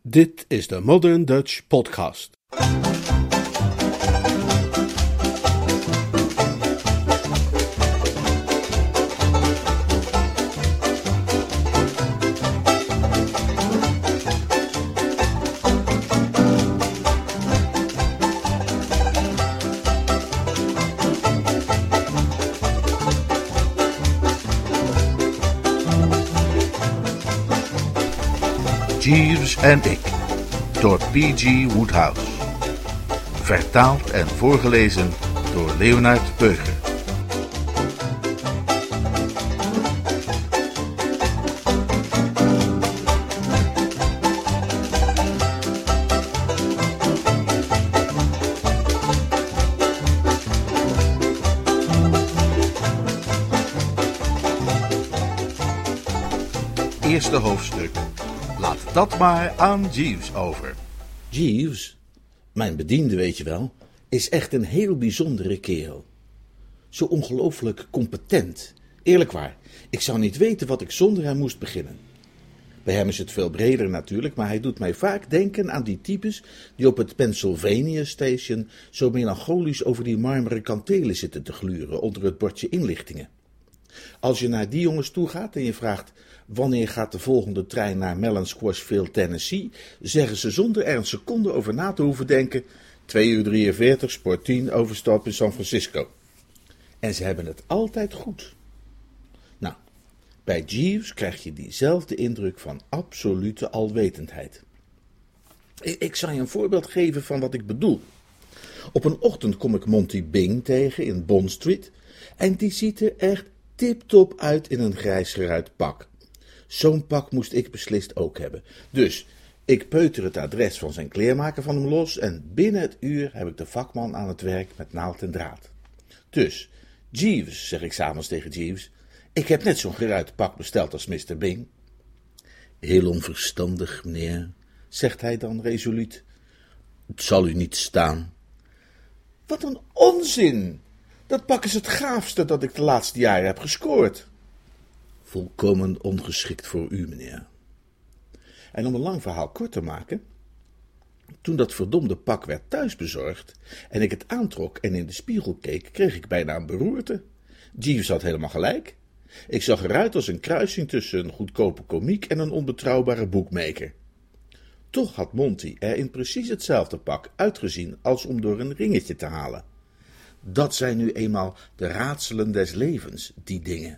Dit is de Modern Dutch Podcast. Jeeves en ik, door P.G. Wodehouse. Vertaald en voorgelezen door Leonard Beuger. Eerste hoofdstuk. Laat dat maar aan Jeeves over. Jeeves, mijn bediende weet je wel, is echt een heel bijzondere kerel. Zo ongelooflijk competent. Eerlijk waar, ik zou niet weten wat ik zonder hem moest beginnen. Bij hem is het veel breder natuurlijk, maar hij doet mij vaak denken aan die types die op het Pennsylvania Station zo melancholisch over die marmeren kantelen zitten te gluren onder het bordje inlichtingen. Als je naar die jongens toe gaat en je vraagt wanneer gaat de volgende trein naar Melonsquashville, Tennessee, zeggen ze zonder er een seconde over na te hoeven denken 2:43, spoor 10, overstap in San Francisco. En ze hebben het altijd goed. Nou, bij Jeeves krijg je diezelfde indruk van absolute alwetendheid. Ik zal je een voorbeeld geven van wat ik bedoel. Op een ochtend kom ik Monty Bing tegen in Bond Street en die ziet er echt tip-top uit in een grijs geruit pak. Zo'n pak moest ik beslist ook hebben. Dus ik peuter het adres van zijn kleermaker van hem los en binnen het uur heb ik de vakman aan het werk met naald en draad. Dus, Jeeves, zeg ik 's avonds tegen Jeeves, ik heb net zo'n geruit pak besteld als Mr. Bing. Heel onverstandig, meneer, zegt hij dan resoluut. Het zal u niet staan. Wat een onzin! Dat pak is het gaafste dat ik de laatste jaren heb gescoord. Volkomen ongeschikt voor u, meneer. En om een lang verhaal kort te maken, toen dat verdomde pak werd thuisbezorgd en ik het aantrok en in de spiegel keek, kreeg ik bijna een beroerte. Jeeves had helemaal gelijk. Ik zag eruit als een kruising tussen een goedkope komiek en een onbetrouwbare boekmaker. Toch had Monty er in precies hetzelfde pak uitgezien als om door een ringetje te halen. Dat zijn nu eenmaal de raadselen des levens, die dingen.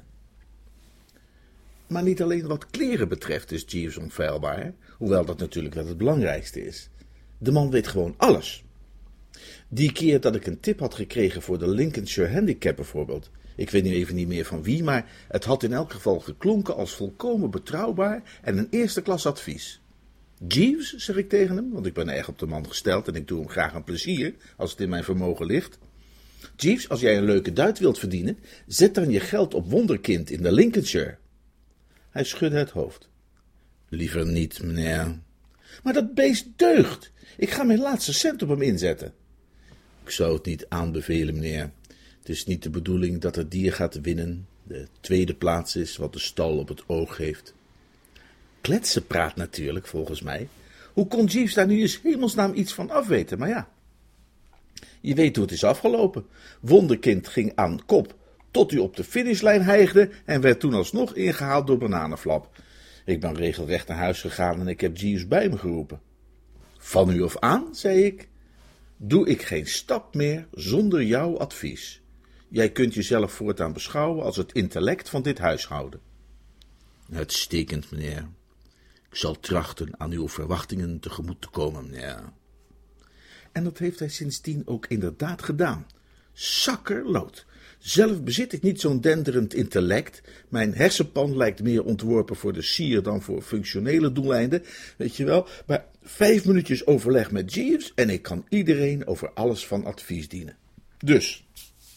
Maar niet alleen wat kleren betreft is Jeeves onfeilbaar, hoewel dat natuurlijk wel het belangrijkste is. De man weet gewoon alles. Die keer dat ik een tip had gekregen voor de Lincolnshire Handicap bijvoorbeeld, ik weet nu even niet meer van wie, maar het had in elk geval geklonken als volkomen betrouwbaar en een eerste klas advies. Jeeves, zeg ik tegen hem, want ik ben erg op de man gesteld en ik doe hem graag een plezier, als het in mijn vermogen ligt. Jeeves, als jij een leuke duit wilt verdienen, zet dan je geld op Wonderkind in de Lincolnshire. Hij schudde het hoofd. Liever niet, meneer. Maar dat beest deugt. Ik ga mijn laatste cent op hem inzetten. Ik zou het niet aanbevelen, meneer. Het is niet de bedoeling dat het dier gaat winnen. De tweede plaats is wat de stal op het oog heeft. Kletsenpraat natuurlijk, volgens mij. Hoe kon Jeeves daar nu eens hemelsnaam iets van afweten, maar ja. Je weet hoe het is afgelopen. Wonderkind ging aan kop tot hij op de finishlijn hijgde en werd toen alsnog ingehaald door Bananenflap. Ik ben regelrecht naar huis gegaan en ik heb Jeeves bij me geroepen. Van u af aan, zei ik, doe ik geen stap meer zonder jouw advies. Jij kunt jezelf voortaan beschouwen als het intellect van dit huishouden. Uitstekend, meneer. Ik zal trachten aan uw verwachtingen tegemoet te komen, meneer. En dat heeft hij sindsdien ook inderdaad gedaan. Sakkerlood. Zelf bezit ik niet zo'n denderend intellect. Mijn hersenpan lijkt meer ontworpen voor de sier dan voor functionele doeleinden. Weet je wel, maar 5 minuutjes overleg met Jeeves en ik kan iedereen over alles van advies dienen. Dus,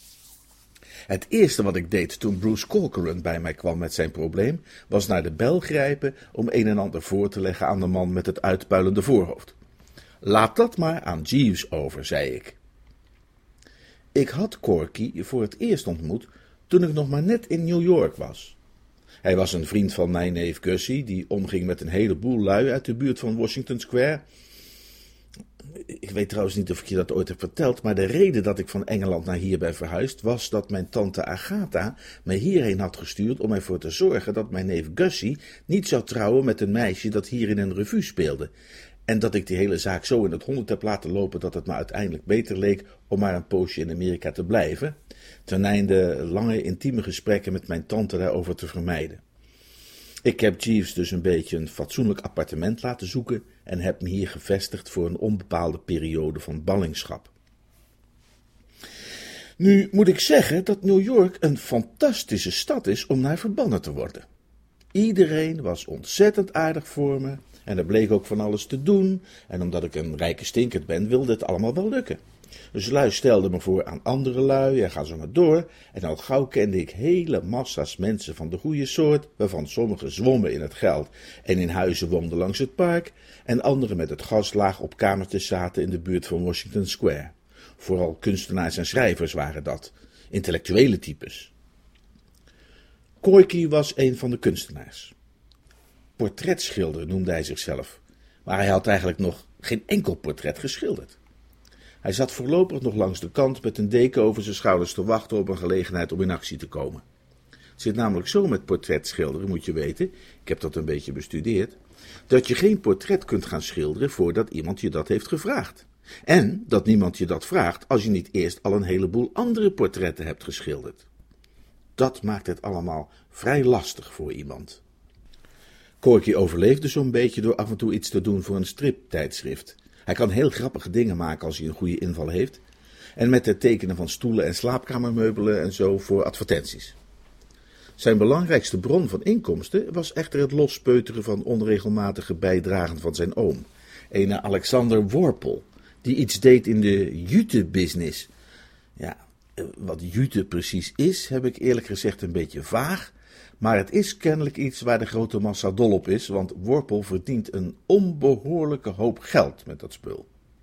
het eerste wat ik deed toen Bruce Corcoran bij mij kwam met zijn probleem, was naar de bel grijpen om een en ander voor te leggen aan de man met het uitpuilende voorhoofd. Laat dat maar aan Jeeves over, zei ik. Ik had Corky voor het eerst ontmoet toen ik nog maar net in New York was. Hij was een vriend van mijn neef Gussie, die omging met een heleboel lui uit de buurt van Washington Square. Ik weet trouwens niet of ik je dat ooit heb verteld, maar de reden dat ik van Engeland naar hier ben verhuisd was dat mijn tante Agatha mij hierheen had gestuurd om ervoor te zorgen dat mijn neef Gussie niet zou trouwen met een meisje dat hier in een revue speelde. En dat ik die hele zaak zo in het honderd heb laten lopen dat het me uiteindelijk beter leek om maar een poosje in Amerika te blijven, ten einde lange intieme gesprekken met mijn tante daarover te vermijden. Ik heb Jeeves dus een beetje een fatsoenlijk appartement laten zoeken en heb me hier gevestigd voor een onbepaalde periode van ballingschap. Nu moet ik zeggen dat New York een fantastische stad is om naar verbannen te worden. Iedereen was ontzettend aardig voor me en er bleek ook van alles te doen en omdat ik een rijke stinkert ben wilde het allemaal wel lukken. Dus lui stelden me voor aan andere lui en ga zo maar door. En al gauw kende ik hele massa's mensen van de goede soort, waarvan sommigen zwommen in het geld en in huizen woonden langs het park, en anderen met het gas laag op kamertjes zaten in de buurt van Washington Square. Vooral kunstenaars en schrijvers waren dat, intellectuele types. Corky was een van de kunstenaars. Portretschilder noemde hij zichzelf, maar hij had eigenlijk nog geen enkel portret geschilderd. Hij zat voorlopig nog langs de kant met een deken over zijn schouders te wachten op een gelegenheid om in actie te komen. Het zit namelijk zo met portretschilderen, moet je weten, ik heb dat een beetje bestudeerd, dat je geen portret kunt gaan schilderen voordat iemand je dat heeft gevraagd. En dat niemand je dat vraagt als je niet eerst al een heleboel andere portretten hebt geschilderd. Dat maakt het allemaal vrij lastig voor iemand. Corky overleefde zo'n beetje door af en toe iets te doen voor een striptijdschrift. Hij kan heel grappige dingen maken als hij een goede inval heeft. En met het tekenen van stoelen en slaapkamermeubelen en zo voor advertenties. Zijn belangrijkste bron van inkomsten was echter het lospeuteren van onregelmatige bijdragen van zijn oom, ene Alexander Worpel, die iets deed in de jute-business. Ja, wat jute precies is, heb ik eerlijk gezegd een beetje vaag, maar het is kennelijk iets waar de grote massa dol op is, want Worpel verdient een onbehoorlijke hoop geld met dat spul.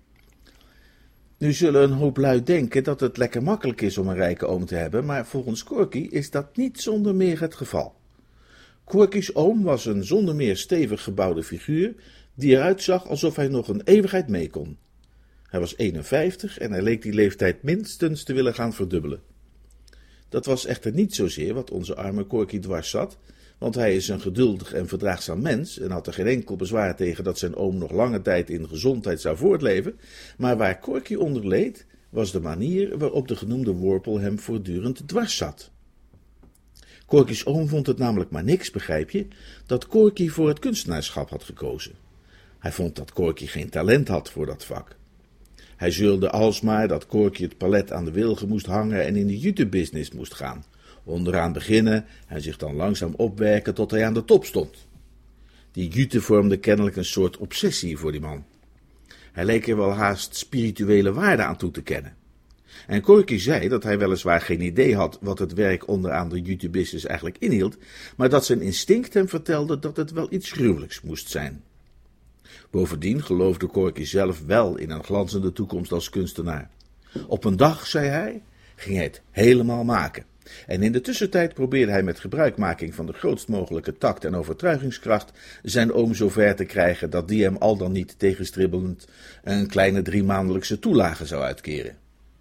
Nu zullen een hoop lui denken dat het lekker makkelijk is om een rijke oom te hebben, maar volgens Corky is dat niet zonder meer het geval. Corky's oom was een zonder meer stevig gebouwde figuur, die eruit zag alsof hij nog een eeuwigheid mee kon. Hij was 51 en hij leek die leeftijd minstens te willen gaan verdubbelen. Dat was echter niet zozeer wat onze arme Corky dwars zat, want hij is een geduldig en verdraagzaam mens en had er geen enkel bezwaar tegen dat zijn oom nog lange tijd in gezondheid zou voortleven, maar waar Corky onder leed, was de manier waarop de genoemde Worpel hem voortdurend dwars zat. Corky's oom vond het namelijk maar niks, begrijp je, dat Corky voor het kunstenaarschap had gekozen. Hij vond dat Corky geen talent had voor dat vak. Hij zeurde alsmaar dat Corky het palet aan de wilgen moest hangen en in de jute-business moest gaan. Onderaan beginnen en zich dan langzaam opwerken tot hij aan de top stond. Die jute vormde kennelijk een soort obsessie voor die man. Hij leek er wel haast spirituele waarde aan toe te kennen. En Corky zei dat hij weliswaar geen idee had wat het werk onderaan de jute-business eigenlijk inhield, maar dat zijn instinct hem vertelde dat het wel iets gruwelijks moest zijn. Bovendien geloofde Corky zelf wel in een glanzende toekomst als kunstenaar. Op een dag, zei hij, ging hij het helemaal maken. En in de tussentijd probeerde hij met gebruikmaking van de grootst mogelijke tact en overtuigingskracht zijn oom zover te krijgen dat die hem al dan niet tegenstribbelend een kleine 3-maandelijkse toelage zou uitkeren.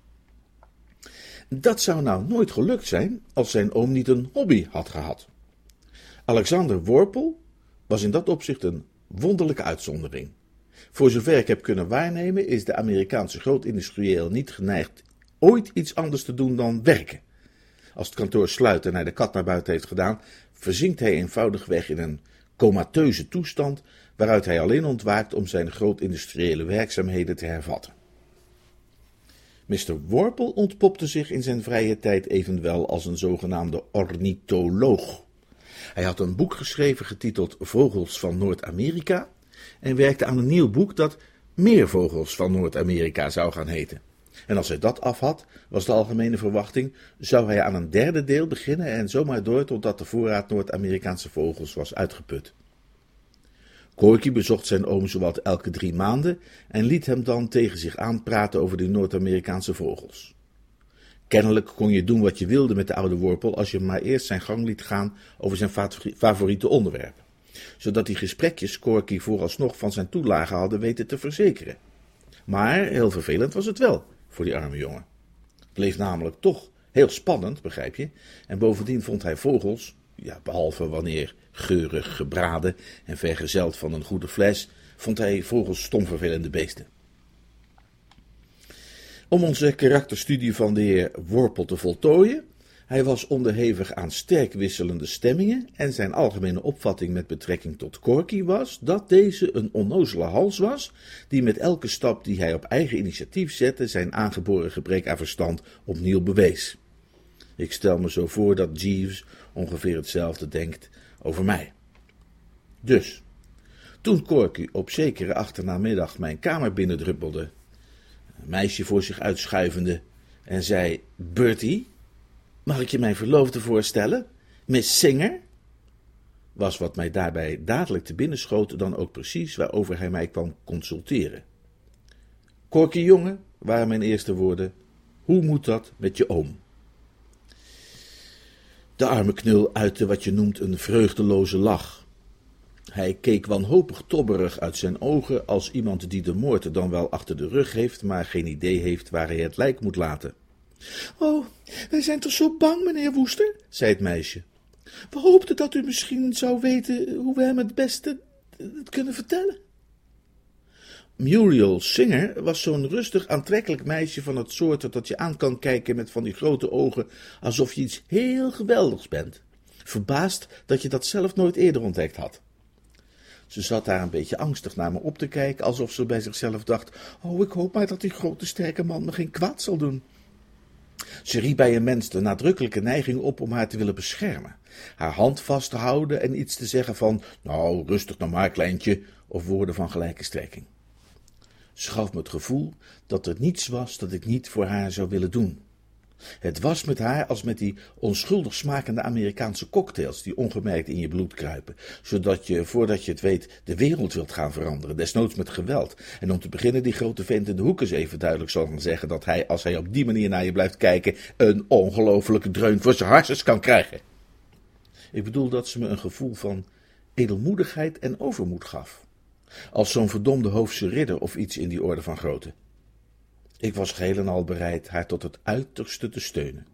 Dat zou nou nooit gelukt zijn als zijn oom niet een hobby had gehad. Alexander Worpel was in dat opzicht een wonderlijke uitzondering. Voor zover ik heb kunnen waarnemen is de Amerikaanse grootindustrieel niet geneigd ooit iets anders te doen dan werken. Als het kantoor sluit en hij de kat naar buiten heeft gedaan, verzinkt hij eenvoudigweg in een comateuze toestand waaruit hij alleen ontwaakt om zijn grootindustriële werkzaamheden te hervatten. Mr. Worpel ontpopte zich in zijn vrije tijd evenwel als een zogenaamde ornitholoog. Hij had een boek geschreven getiteld Vogels van Noord-Amerika en werkte aan een nieuw boek dat Meer Vogels van Noord-Amerika zou gaan heten. En als hij dat af had, was de algemene verwachting, zou hij aan een derde deel beginnen en zomaar door totdat de voorraad Noord-Amerikaanse vogels was uitgeput. Corky bezocht zijn oom zowat elke 3 maanden en liet hem dan tegen zich aanpraten over die Noord-Amerikaanse vogels. Kennelijk kon je doen wat je wilde met de oude worpel als je maar eerst zijn gang liet gaan over zijn favoriete onderwerpen. Zodat die gesprekjes Corky vooralsnog van zijn toelage hadden weten te verzekeren. Maar heel vervelend was het wel voor die arme jongen. Het bleef namelijk toch heel spannend, begrijp je. En bovendien vond hij vogels, ja, behalve wanneer geurig gebraden en vergezeld van een goede fles, vond hij vogels stomvervelende beesten. Om onze karakterstudie van de heer Worpel te voltooien, hij was onderhevig aan sterk wisselende stemmingen en zijn algemene opvatting met betrekking tot Corky was dat deze een onnozele hals was, die met elke stap die hij op eigen initiatief zette zijn aangeboren gebrek aan verstand opnieuw bewees. Ik stel me zo voor dat Jeeves ongeveer hetzelfde denkt over mij. Dus, toen Corky op zekere achternamiddag mijn kamer binnendruppelde, een meisje voor zich uitschuivende, en zei: Bertie, mag ik je mijn verloofde voorstellen? Miss Singer? Was wat mij daarbij dadelijk te binnen schoot dan ook precies waarover hij mij kwam consulteren. Corky jongen, waren mijn eerste woorden, hoe moet dat met je oom? De arme knul uitte wat je noemt een vreugdeloze lach. Hij keek wanhopig tobberig uit zijn ogen als iemand die de moord dan wel achter de rug heeft, maar geen idee heeft waar hij het lijk moet laten. Oh, wij zijn toch zo bang, meneer Woester, zei het meisje. We hoopten dat u misschien zou weten hoe we hem het beste het kunnen vertellen. Muriel Singer was zo'n rustig aantrekkelijk meisje van het soort dat je aan kan kijken met van die grote ogen alsof je iets heel geweldigs bent. Verbaasd dat je dat zelf nooit eerder ontdekt had. Ze zat daar een beetje angstig naar me op te kijken, alsof ze bij zichzelf dacht: oh, ik hoop maar dat die grote sterke man me geen kwaad zal doen. Ze riep bij een mens de nadrukkelijke neiging op om haar te willen beschermen, haar hand vast te houden en iets te zeggen van: nou, rustig nou maar, kleintje, of woorden van gelijke strekking. Ze gaf me het gevoel dat er niets was dat ik niet voor haar zou willen doen. Het was met haar als met die onschuldig smakende Amerikaanse cocktails die ongemerkt in je bloed kruipen, zodat je, voordat je het weet, de wereld wilt gaan veranderen, desnoods met geweld. En om te beginnen die grote vent in de hoek eens even duidelijk zal gaan zeggen dat hij, als hij op die manier naar je blijft kijken, een ongelofelijke dreun voor zijn harsens kan krijgen. Ik bedoel dat ze me een gevoel van edelmoedigheid en overmoed gaf, als zo'n verdomde hoofdse ridder of iets in die orde van grootte. Ik was geheel en al bereid haar tot het uiterste te steunen.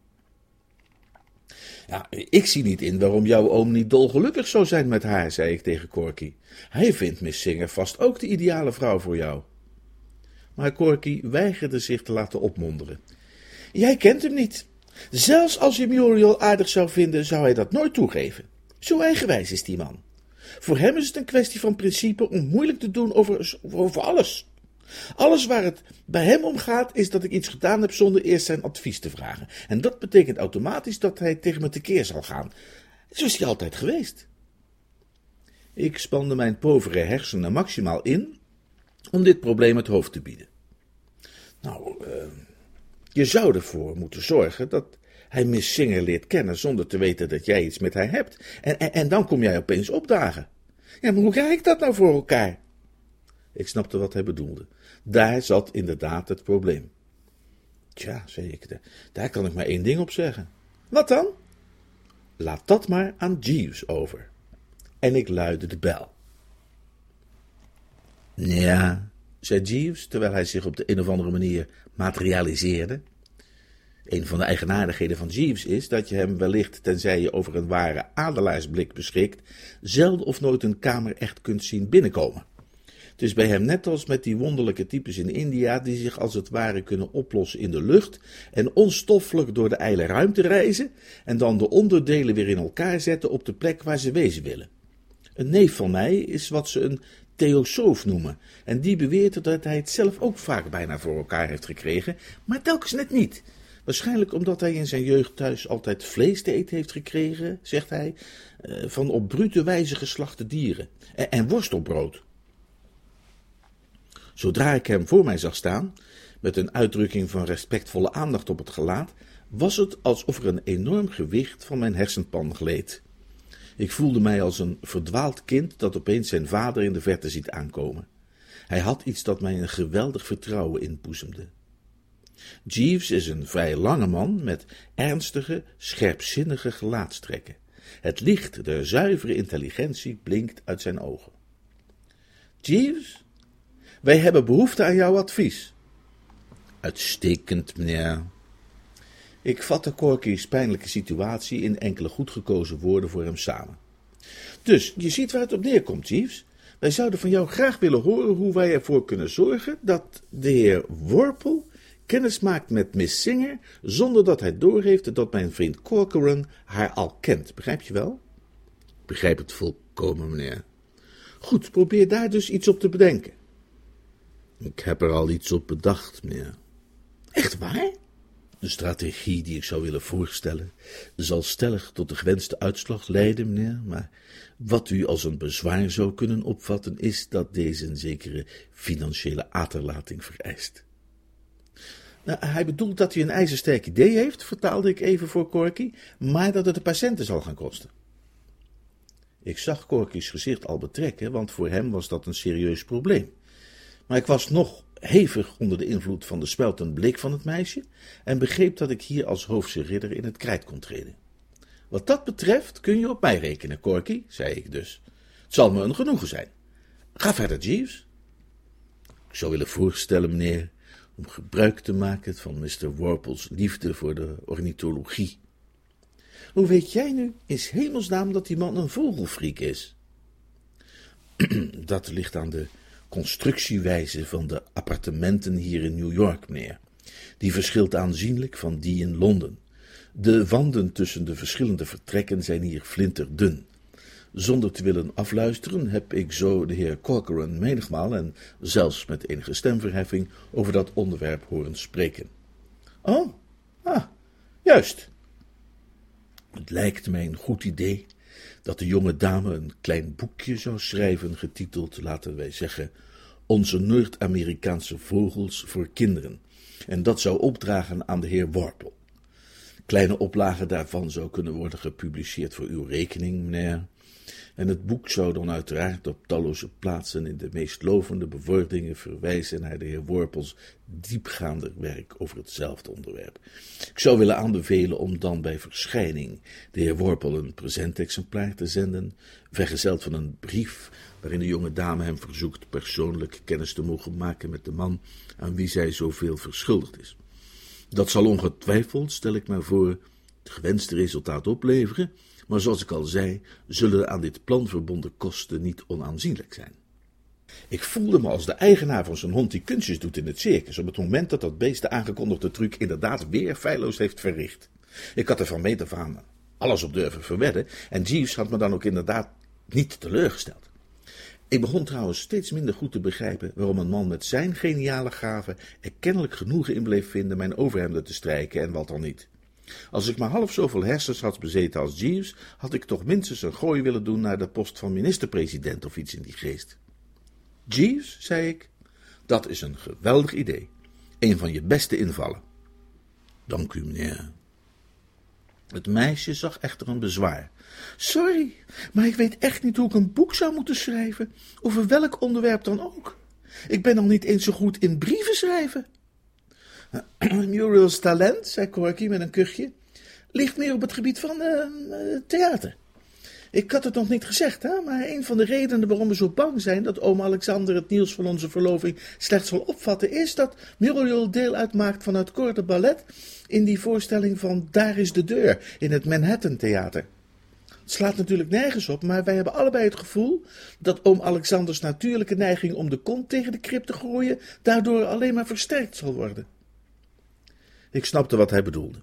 Ja, ik zie niet in waarom jouw oom niet dolgelukkig zou zijn met haar, zei ik tegen Corky. Hij vindt Miss Singer vast ook de ideale vrouw voor jou. Maar Corky weigerde zich te laten opmonteren. Jij kent hem niet. Zelfs als je Muriel aardig zou vinden, zou hij dat nooit toegeven. Zo eigenwijs is die man. Voor hem is het een kwestie van principe om moeilijk te doen over alles. Alles waar het bij hem om gaat, is dat ik iets gedaan heb zonder eerst zijn advies te vragen. En dat betekent automatisch dat hij tegen me tekeer zal gaan. Zo is hij altijd geweest. Ik spande mijn povere hersenen maximaal in om dit probleem het hoofd te bieden. Nou, je zou ervoor moeten zorgen dat hij Miss Singer leert kennen zonder te weten dat jij iets met haar hebt. En dan kom jij opeens opdagen. Ja, maar hoe krijg ik dat nou voor elkaar? Ik snapte wat hij bedoelde. Daar zat inderdaad het probleem. Tja, zei ik, daar kan ik maar één ding op zeggen. Wat dan? Laat dat maar aan Jeeves over. En ik luidde de bel. Ja, zei Jeeves, terwijl hij zich op de een of andere manier materialiseerde. Een van de eigenaardigheden van Jeeves is dat je hem wellicht, tenzij je over een ware adelaarsblik beschikt, zelden of nooit een kamer echt kunt zien binnenkomen. Het is bij hem net als met die wonderlijke types in India die zich als het ware kunnen oplossen in de lucht en onstoffelijk door de ijle ruimte reizen en dan de onderdelen weer in elkaar zetten op de plek waar ze wezen willen. Een neef van mij is wat ze een theosoof noemen en die beweert dat hij het zelf ook vaak bijna voor elkaar heeft gekregen, maar telkens net niet. Waarschijnlijk omdat hij in zijn jeugd thuis altijd vlees te eten heeft gekregen, zegt hij, van op brute wijze geslachte dieren en worstelbrood. Zodra ik hem voor mij zag staan, met een uitdrukking van respectvolle aandacht op het gelaat, was het alsof er een enorm gewicht van mijn hersenpan gleed. Ik voelde mij als een verdwaald kind dat opeens zijn vader in de verte ziet aankomen. Hij had iets dat mij een geweldig vertrouwen inboezemde. Jeeves is een vrij lange man met ernstige, scherpzinnige gelaatstrekken. Het licht der zuivere intelligentie blinkt uit zijn ogen. Jeeves, wij hebben behoefte aan jouw advies. Uitstekend, meneer. Ik vatte Corky's pijnlijke situatie in enkele goed gekozen woorden voor hem samen. Dus, je ziet waar het op neerkomt, Jeeves. Wij zouden van jou graag willen horen hoe wij ervoor kunnen zorgen dat de heer Worple kennis maakt met Miss Singer, zonder dat hij doorheeft dat mijn vriend Corcoran haar al kent. Begrijp je wel? Ik begrijp het volkomen, meneer. Goed, probeer daar dus iets op te bedenken. Ik heb er al iets op bedacht, meneer. Echt waar? De strategie die ik zou willen voorstellen zal stellig tot de gewenste uitslag leiden, meneer, maar wat u als een bezwaar zou kunnen opvatten is dat deze een zekere financiële aderlating vereist. Nou, hij bedoelt dat hij een ijzersterk idee heeft, vertaalde ik even voor Corky, maar dat het de patiënten zal gaan kosten. Ik zag Corky's gezicht al betrekken, want voor hem was dat een serieus probleem. Maar ik was nog hevig onder de invloed van de speltende blik van het meisje en begreep dat ik hier als hoofdse ridder in het krijt kon treden. Wat dat betreft kun je op mij rekenen, Corky, zei ik dus. Het zal me een genoegen zijn. Ga verder, Jeeves. Ik zou willen voorstellen, meneer, om gebruik te maken van Mr. Worple's liefde voor de ornithologie. Hoe weet jij nu in hemelsnaam dat die man een vogelfreak is? Dat ligt aan de constructiewijze van de appartementen hier in New York, meneer. Die verschilt aanzienlijk van die in Londen. De wanden tussen de verschillende vertrekken zijn hier flinterdun. Zonder te willen afluisteren heb ik zo de heer Corcoran menigmaal en zelfs met enige stemverheffing over dat onderwerp horen spreken. Oh, juist. Het lijkt mij een goed idee dat de jonge dame een klein boekje zou schrijven, getiteld, laten wij zeggen, Onze Noord-Amerikaanse vogels voor kinderen, en dat zou opdragen aan de heer Worple. Kleine oplagen daarvan zou kunnen worden gepubliceerd voor uw rekening, meneer, en het boek zou dan uiteraard op talloze plaatsen in de meest lovende bewoordingen verwijzen naar de heer Worples diepgaander werk over hetzelfde onderwerp. Ik zou willen aanbevelen om dan bij verschijning de heer Worple een presentexemplaar te zenden, vergezeld van een brief waarin de jonge dame hem verzoekt persoonlijk kennis te mogen maken met de man aan wie zij zoveel verschuldigd is. Dat zal ongetwijfeld, stel ik mij voor, het gewenste resultaat opleveren, maar zoals ik al zei, zullen de aan dit plan verbonden kosten niet onaanzienlijk zijn. Ik voelde me als de eigenaar van zo'n hond die kunstjes doet in het circus, op het moment dat dat beest de aangekondigde truc inderdaad weer feilloos heeft verricht. Ik had er van meet af aan alles op durven verwedden, en Jeeves had me dan ook inderdaad niet teleurgesteld. Ik begon trouwens steeds minder goed te begrijpen waarom een man met zijn geniale gaven er kennelijk genoegen in bleef vinden mijn overhemden te strijken en wat dan niet. Als ik maar half zoveel hersens had bezeten als Jeeves, had ik toch minstens een gooi willen doen naar de post van minister-president of iets in die geest. Jeeves, zei ik, dat is een geweldig idee. Een van je beste invallen. Dank u, meneer. Het meisje zag echter een bezwaar. Sorry, maar ik weet echt niet hoe ik een boek zou moeten schrijven, over welk onderwerp dan ook. Ik ben al niet eens zo goed in brieven schrijven. Muriel's talent, zei Corky met een kuchje, ligt meer op het gebied van theater. Ik had het nog niet gezegd, hè, maar een van de redenen waarom we zo bang zijn dat oom Alexander het nieuws van onze verloving slechts zal opvatten, is dat Muriel deel uitmaakt van het koor de ballet in die voorstelling van Daar is de deur in het Manhattan Theater. Het slaat natuurlijk nergens op, maar wij hebben allebei het gevoel dat oom Alexanders natuurlijke neiging om de kont tegen de krib te gooien daardoor alleen maar versterkt zal worden. Ik snapte wat hij bedoelde.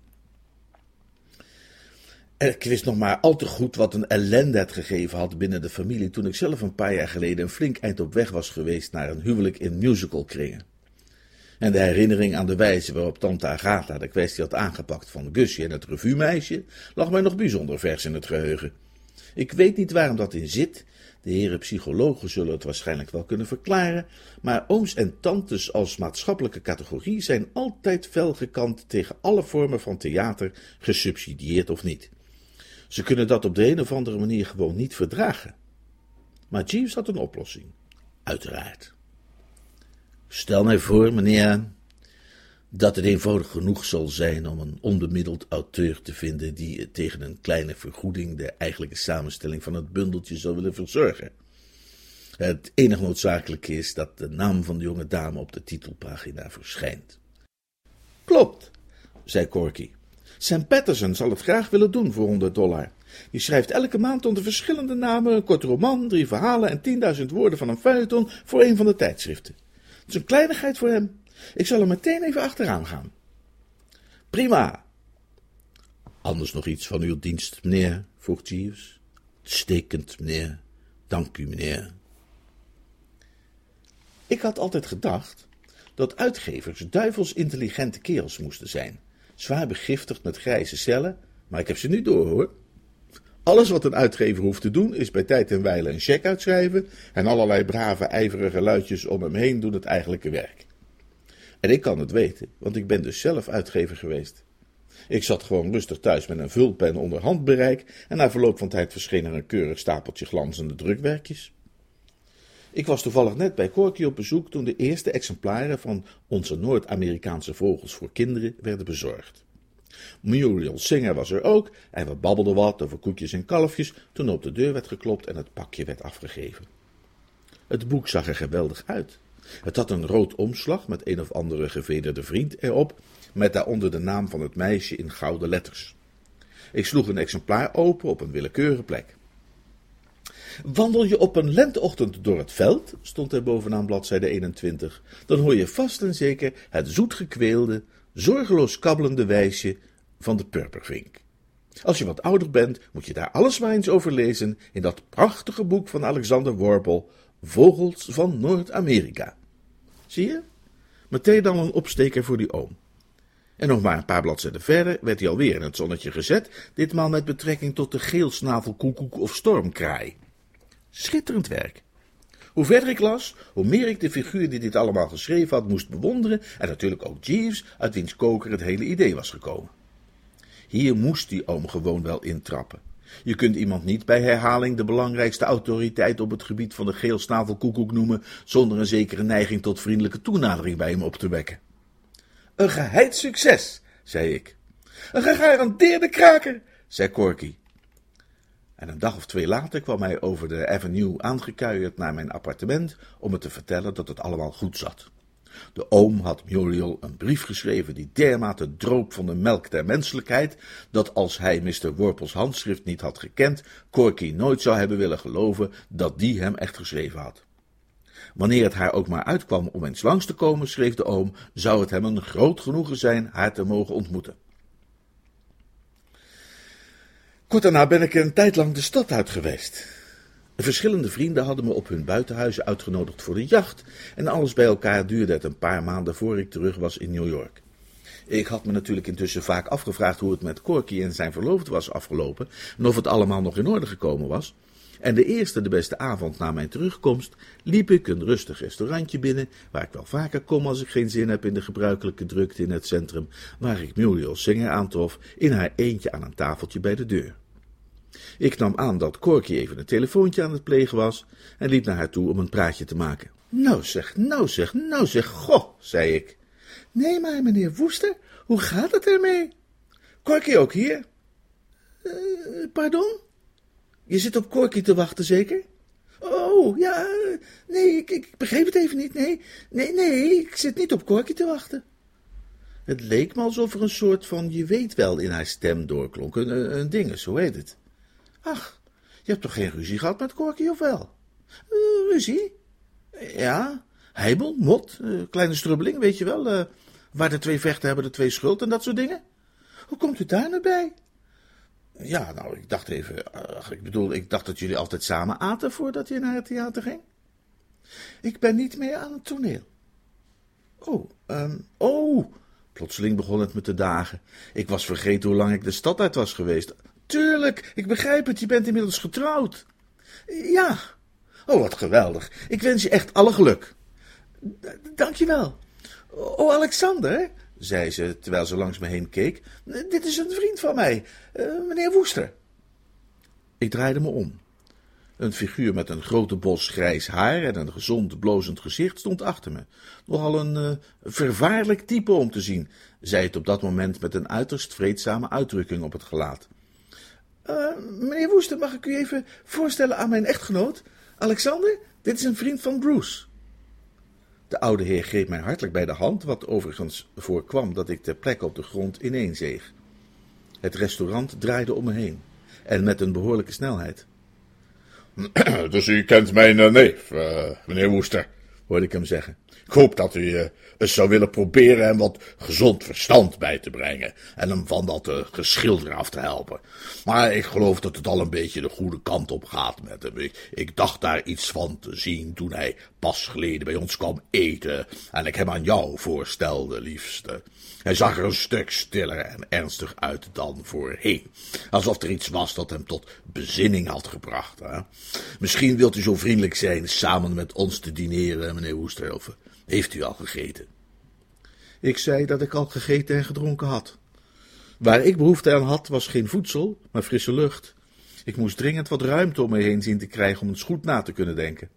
Ik wist nog maar al te goed wat een ellende het gegeven had binnen de familie toen ik zelf een paar jaar geleden een flink eind op weg was geweest naar een huwelijk in musicalkringen. En de herinnering aan de wijze waarop tante Agatha de kwestie had aangepakt van Gussie en het revuemeisje lag mij nog bijzonder vers in het geheugen. Ik weet niet waarom dat in zit, de heren psychologen zullen het waarschijnlijk wel kunnen verklaren, maar ooms en tantes als maatschappelijke categorie zijn altijd fel gekant tegen alle vormen van theater, gesubsidieerd of niet. Ze kunnen dat op de een of andere manier gewoon niet verdragen. Maar Jeeves had een oplossing. Uiteraard. Stel mij voor, meneer, dat het eenvoudig genoeg zal zijn om een onbemiddeld auteur te vinden die tegen een kleine vergoeding de eigenlijke samenstelling van het bundeltje zal willen verzorgen. Het enige noodzakelijke is dat de naam van de jonge dame op de titelpagina verschijnt. Klopt, zei Corky. Sam Patterson zal het graag willen doen voor $100. Die schrijft elke maand onder verschillende namen een kort roman, 3 verhalen en 10.000 woorden van een feuilleton voor een van de tijdschriften. Het is een kleinigheid voor hem. Ik zal er meteen even achteraan gaan. Prima. Anders nog iets van uw dienst, meneer, vroeg Jeeves. Uitstekend, meneer. Dank u, meneer. Ik had altijd gedacht dat uitgevers duivels intelligente kerels moesten zijn. Zwaar begiftigd met grijze cellen, maar ik heb ze nu door, hoor. Alles wat een uitgever hoeft te doen, is bij tijd en wijle een cheque uitschrijven en allerlei brave, ijverige luidjes om hem heen doen het eigenlijke werk. En ik kan het weten, want ik ben dus zelf uitgever geweest. Ik zat gewoon rustig thuis met een vulpen onder handbereik en na verloop van tijd verscheen er een keurig stapeltje glanzende drukwerkjes. Ik was toevallig net bij Corky op bezoek toen de eerste exemplaren van onze Noord-Amerikaanse vogels voor kinderen werden bezorgd. Muriel Singer was er ook en we babbelden wat over koetjes en kalfjes toen op de deur werd geklopt en het pakje werd afgegeven. Het boek zag er geweldig uit. Het had een rood omslag met een of andere gevederde vriend erop, met daaronder de naam van het meisje in gouden letters. Ik sloeg een exemplaar open op een willekeurige plek. Wandel je op een lenteochtend door het veld, stond er bovenaan bladzijde 21, dan hoor je vast en zeker het zoetgekweelde, zorgeloos kabbelende wijsje van de purpervink. Als je wat ouder bent, moet je daar alles maar eens over lezen in dat prachtige boek van Alexander Worpel, Vogels van Noord-Amerika. Zie je? Meteen dan een opsteker voor die oom. En nog maar een paar bladzijden verder werd hij alweer in het zonnetje gezet, ditmaal met betrekking tot de geelsnavelkoekoek of stormkraai. Schitterend werk. Hoe verder ik las, hoe meer ik de figuur die dit allemaal geschreven had moest bewonderen en natuurlijk ook Jeeves, uit wiens koker het hele idee was gekomen. Hier moest die oom gewoon wel intrappen. Je kunt iemand niet bij herhaling de belangrijkste autoriteit op het gebied van de geelsnavelkoekoek noemen, zonder een zekere neiging tot vriendelijke toenadering bij hem op te wekken. Een geheid succes, zei ik. Een gegarandeerde kraker, zei Corky. En een dag of 2 later kwam hij over de avenue aangekuierd naar mijn appartement om me te vertellen dat het allemaal goed zat. De oom had Muriel een brief geschreven die dermate droop van de melk der menselijkheid, dat als hij Mr. Worpels handschrift niet had gekend, Corky nooit zou hebben willen geloven dat die hem echt geschreven had. Wanneer het haar ook maar uitkwam om eens langs te komen, schreef de oom, zou het hem een groot genoegen zijn haar te mogen ontmoeten. Kort daarna ben ik een tijd lang de stad uit geweest. Verschillende vrienden hadden me op hun buitenhuizen uitgenodigd voor de jacht en alles bij elkaar duurde het een paar maanden voor ik terug was in New York. Ik had me natuurlijk intussen vaak afgevraagd hoe het met Corky en zijn verloofde was afgelopen en of het allemaal nog in orde gekomen was. En de beste avond na mijn terugkomst liep ik een rustig restaurantje binnen, waar ik wel vaker kom als ik geen zin heb in de gebruikelijke drukte in het centrum, waar ik Muriel Singer aantrof in haar eentje aan een tafeltje bij de deur. Ik nam aan dat Corky even een telefoontje aan het plegen was en liep naar haar toe om een praatje te maken. Nou zeg, goh, zei ik. Nee, maar meneer Woester, hoe gaat het ermee? Corky ook hier? Pardon? Je zit op Corky te wachten, zeker? Oh, ja, nee, ik begreep het even niet. Nee, ik zit niet op Corky te wachten. Het leek me alsof er een soort van je weet wel in haar stem doorklonk. Een dinges, hoe heet het? Ach, je hebt toch geen ruzie gehad met Corky, of wel? Ruzie? Ja, heibel, mot, kleine strubbeling, weet je wel. Waar de 2 vechten hebben de 2 schuld en dat soort dingen. Hoe komt u daar nou bij? Ja, nou, ik dacht even, ik dacht dat jullie altijd samen aten voordat je naar het theater ging. Ik ben niet meer aan het toneel. Plotseling begon het me te dagen. Ik was vergeten hoe lang ik de stad uit was geweest. Tuurlijk, ik begrijp het, je bent inmiddels getrouwd. Ja. Oh, wat geweldig. Ik wens je echt alle geluk. Dank je wel. Oh, Alexander, zei ze, terwijl ze langs me heen keek. Dit is een vriend van mij, meneer Woester. Ik draaide me om. Een figuur met een grote bos grijs haar en een gezond, blozend gezicht stond achter me. Nogal een vervaarlijk type om te zien, zei het op dat moment met een uiterst vreedzame uitdrukking op het gelaat. Meneer Woester, mag ik u even voorstellen aan mijn echtgenoot? Alexander, dit is een vriend van Bruce. De oude heer greep mij hartelijk bij de hand, wat overigens voorkwam dat ik ter plekke op de grond ineenzeeg. Het restaurant draaide om me heen, en met een behoorlijke snelheid. Dus u kent mijn neef, meneer Woester, hoorde ik hem zeggen. Ik hoop dat u eens zou willen proberen hem wat gezond verstand bij te brengen en hem van dat geschilder af te helpen. Maar ik geloof dat het al een beetje de goede kant op gaat met hem. Ik dacht daar iets van te zien toen hij pas geleden bij ons kwam eten en ik hem aan jou voorstelde, liefste. Hij zag er een stuk stiller en ernstig uit dan voorheen. Alsof er iets was dat hem tot bezinning had gebracht. Hè? Misschien wilt u zo vriendelijk zijn samen met ons te dineren, meneer Woester, of heeft u al gegeten? Ik zei dat ik al gegeten en gedronken had. Waar ik behoefte aan had, was geen voedsel, maar frisse lucht. Ik moest dringend wat ruimte om me heen zien te krijgen om eens goed na te kunnen denken.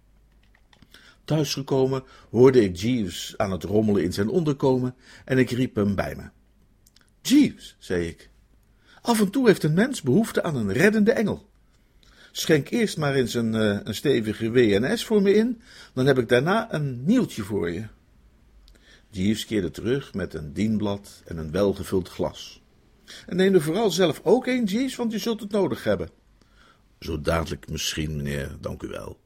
Thuisgekomen hoorde ik Jeeves aan het rommelen in zijn onderkomen en ik riep hem bij me. Jeeves, zei ik, af en toe heeft een mens behoefte aan een reddende engel. Schenk eerst maar eens een stevige WNS voor me in, dan heb ik daarna een nieuwtje voor je. Jeeves keerde terug met een dienblad en een welgevuld glas. En neem er vooral zelf ook een, Jeeves, want je zult het nodig hebben. Zo dadelijk misschien, meneer, dank u wel.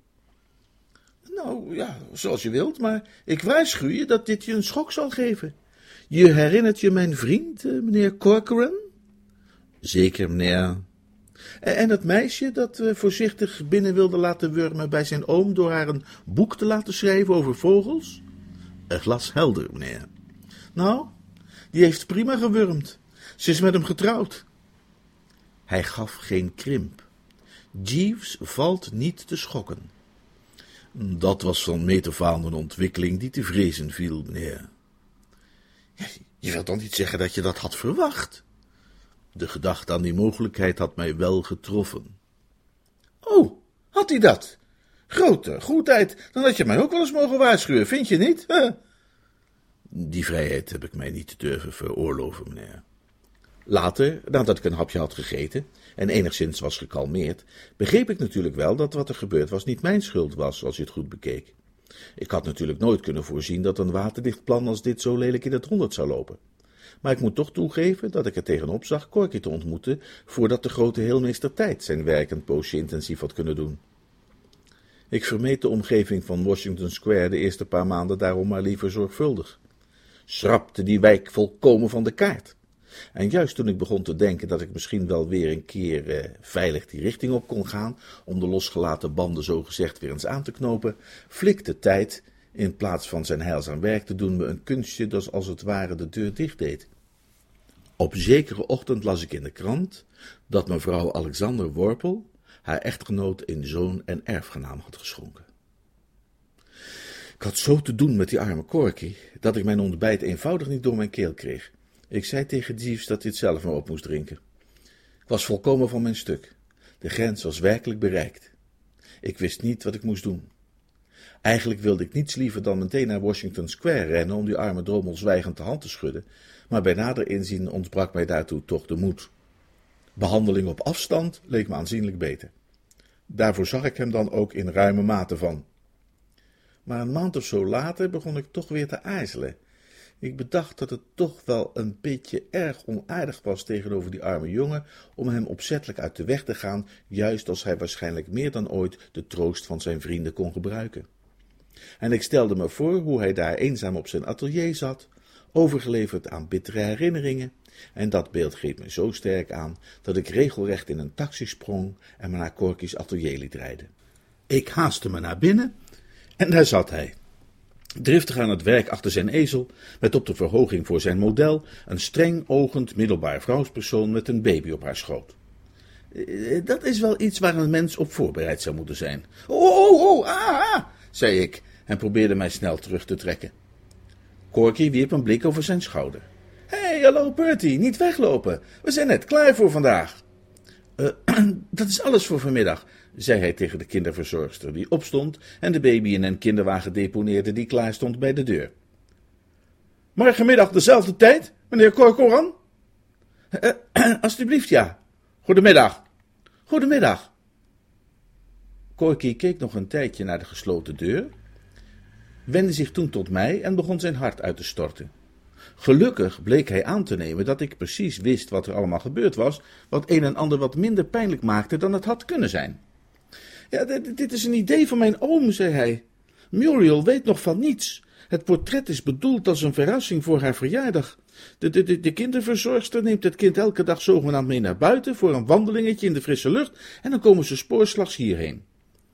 Nou, ja, zoals je wilt, maar ik waarschuw je dat dit je een schok zal geven. Je herinnert je mijn vriend, meneer Corcoran? Zeker, meneer. En het meisje dat voorzichtig binnen wilde laten wurmen bij zijn oom door haar een boek te laten schrijven over vogels? Glashelder, meneer. Nou, die heeft prima gewurmd. Ze is met hem getrouwd. Hij gaf geen krimp. Jeeves valt niet te schokken. Dat was van meet af aan een ontwikkeling die te vrezen viel, meneer. Je wilt dan niet zeggen dat je dat had verwacht? De gedachte aan die mogelijkheid had mij wel getroffen. Oh, had hij dat? Grote goedheid, dan had je mij ook wel eens mogen waarschuwen, vind je niet? Die vrijheid heb ik mij niet durven veroorloven, meneer. Later, nadat ik een hapje had gegeten en enigszins was gekalmeerd, begreep ik natuurlijk wel dat wat er gebeurd was niet mijn schuld was, als je het goed bekeek. Ik had natuurlijk nooit kunnen voorzien dat een waterdicht plan als dit zo lelijk in het rond zou lopen. Maar ik moet toch toegeven dat ik er tegenop zag Corky te ontmoeten, voordat de grote heelmeester Tijd zijn werk een poosje intensief had kunnen doen. Ik vermeed de omgeving van Washington Square de eerste paar maanden daarom maar liever zorgvuldig. Schrapte die wijk volkomen van de kaart. En juist toen ik begon te denken dat ik misschien wel weer een keer veilig die richting op kon gaan, om de losgelaten banden zogezegd weer eens aan te knopen, flikte Tijd, in plaats van zijn heilzaam werk te doen, me een kunstje dat als het ware de deur dicht deed. Op zekere ochtend las ik in de krant dat mevrouw Alexander Worpel haar echtgenoot in zoon en erfgenaam had geschonken. Ik had zo te doen met die arme Corky, dat ik mijn ontbijt eenvoudig niet door mijn keel kreeg. Ik zei tegen Jeeves dat hij het zelf maar op moest drinken. Ik was volkomen van mijn stuk. De grens was werkelijk bereikt. Ik wist niet wat ik moest doen. Eigenlijk wilde ik niets liever dan meteen naar Washington Square rennen om die arme drommel zwijgend de hand te schudden, maar bij nader inzien ontbrak mij daartoe toch de moed. Behandeling op afstand leek me aanzienlijk beter. Daarvoor zag ik hem dan ook in ruime mate van. Maar een maand of zo later begon ik toch weer te aarzelen. Ik bedacht dat het toch wel een beetje erg onaardig was tegenover die arme jongen om hem opzettelijk uit de weg te gaan, juist als hij waarschijnlijk meer dan ooit de troost van zijn vrienden kon gebruiken. En ik stelde me voor hoe hij daar eenzaam op zijn atelier zat, overgeleverd aan bittere herinneringen, en dat beeld greep me zo sterk aan dat ik regelrecht in een taxi sprong en me naar Corky's atelier liet rijden. Ik haastte me naar binnen en daar zat hij, driftig aan het werk achter zijn ezel, met op de verhoging voor zijn model een streng ogend middelbaar vrouwspersoon met een baby op haar schoot. Dat is wel iets waar een mens op voorbereid zou moeten zijn. Zei ik en probeerde mij snel terug te trekken. Corky wierp een blik over zijn schouder. Hey, hallo Bertie, niet weglopen. We zijn net klaar voor vandaag. Dat is alles voor vanmiddag. zei hij tegen de kinderverzorgster, die opstond en de baby in een kinderwagen deponeerde die klaar stond bij de deur. Morgenmiddag dezelfde tijd, meneer Corcoran? Alsjeblieft, ja. Goedemiddag. Goedemiddag. Corky keek nog een tijdje naar de gesloten deur, wendde zich toen tot mij en begon zijn hart uit te storten. Gelukkig bleek hij aan te nemen dat ik precies wist wat er allemaal gebeurd was, wat een en ander wat minder pijnlijk maakte dan het had kunnen zijn. Ja, dit is een idee van mijn oom, zei hij. Muriel weet nog van niets. Het portret is bedoeld als een verrassing voor haar verjaardag. De kinderverzorgster neemt het kind elke dag zogenaamd mee naar buiten voor een wandelingetje in de frisse lucht en dan komen ze spoorslags hierheen.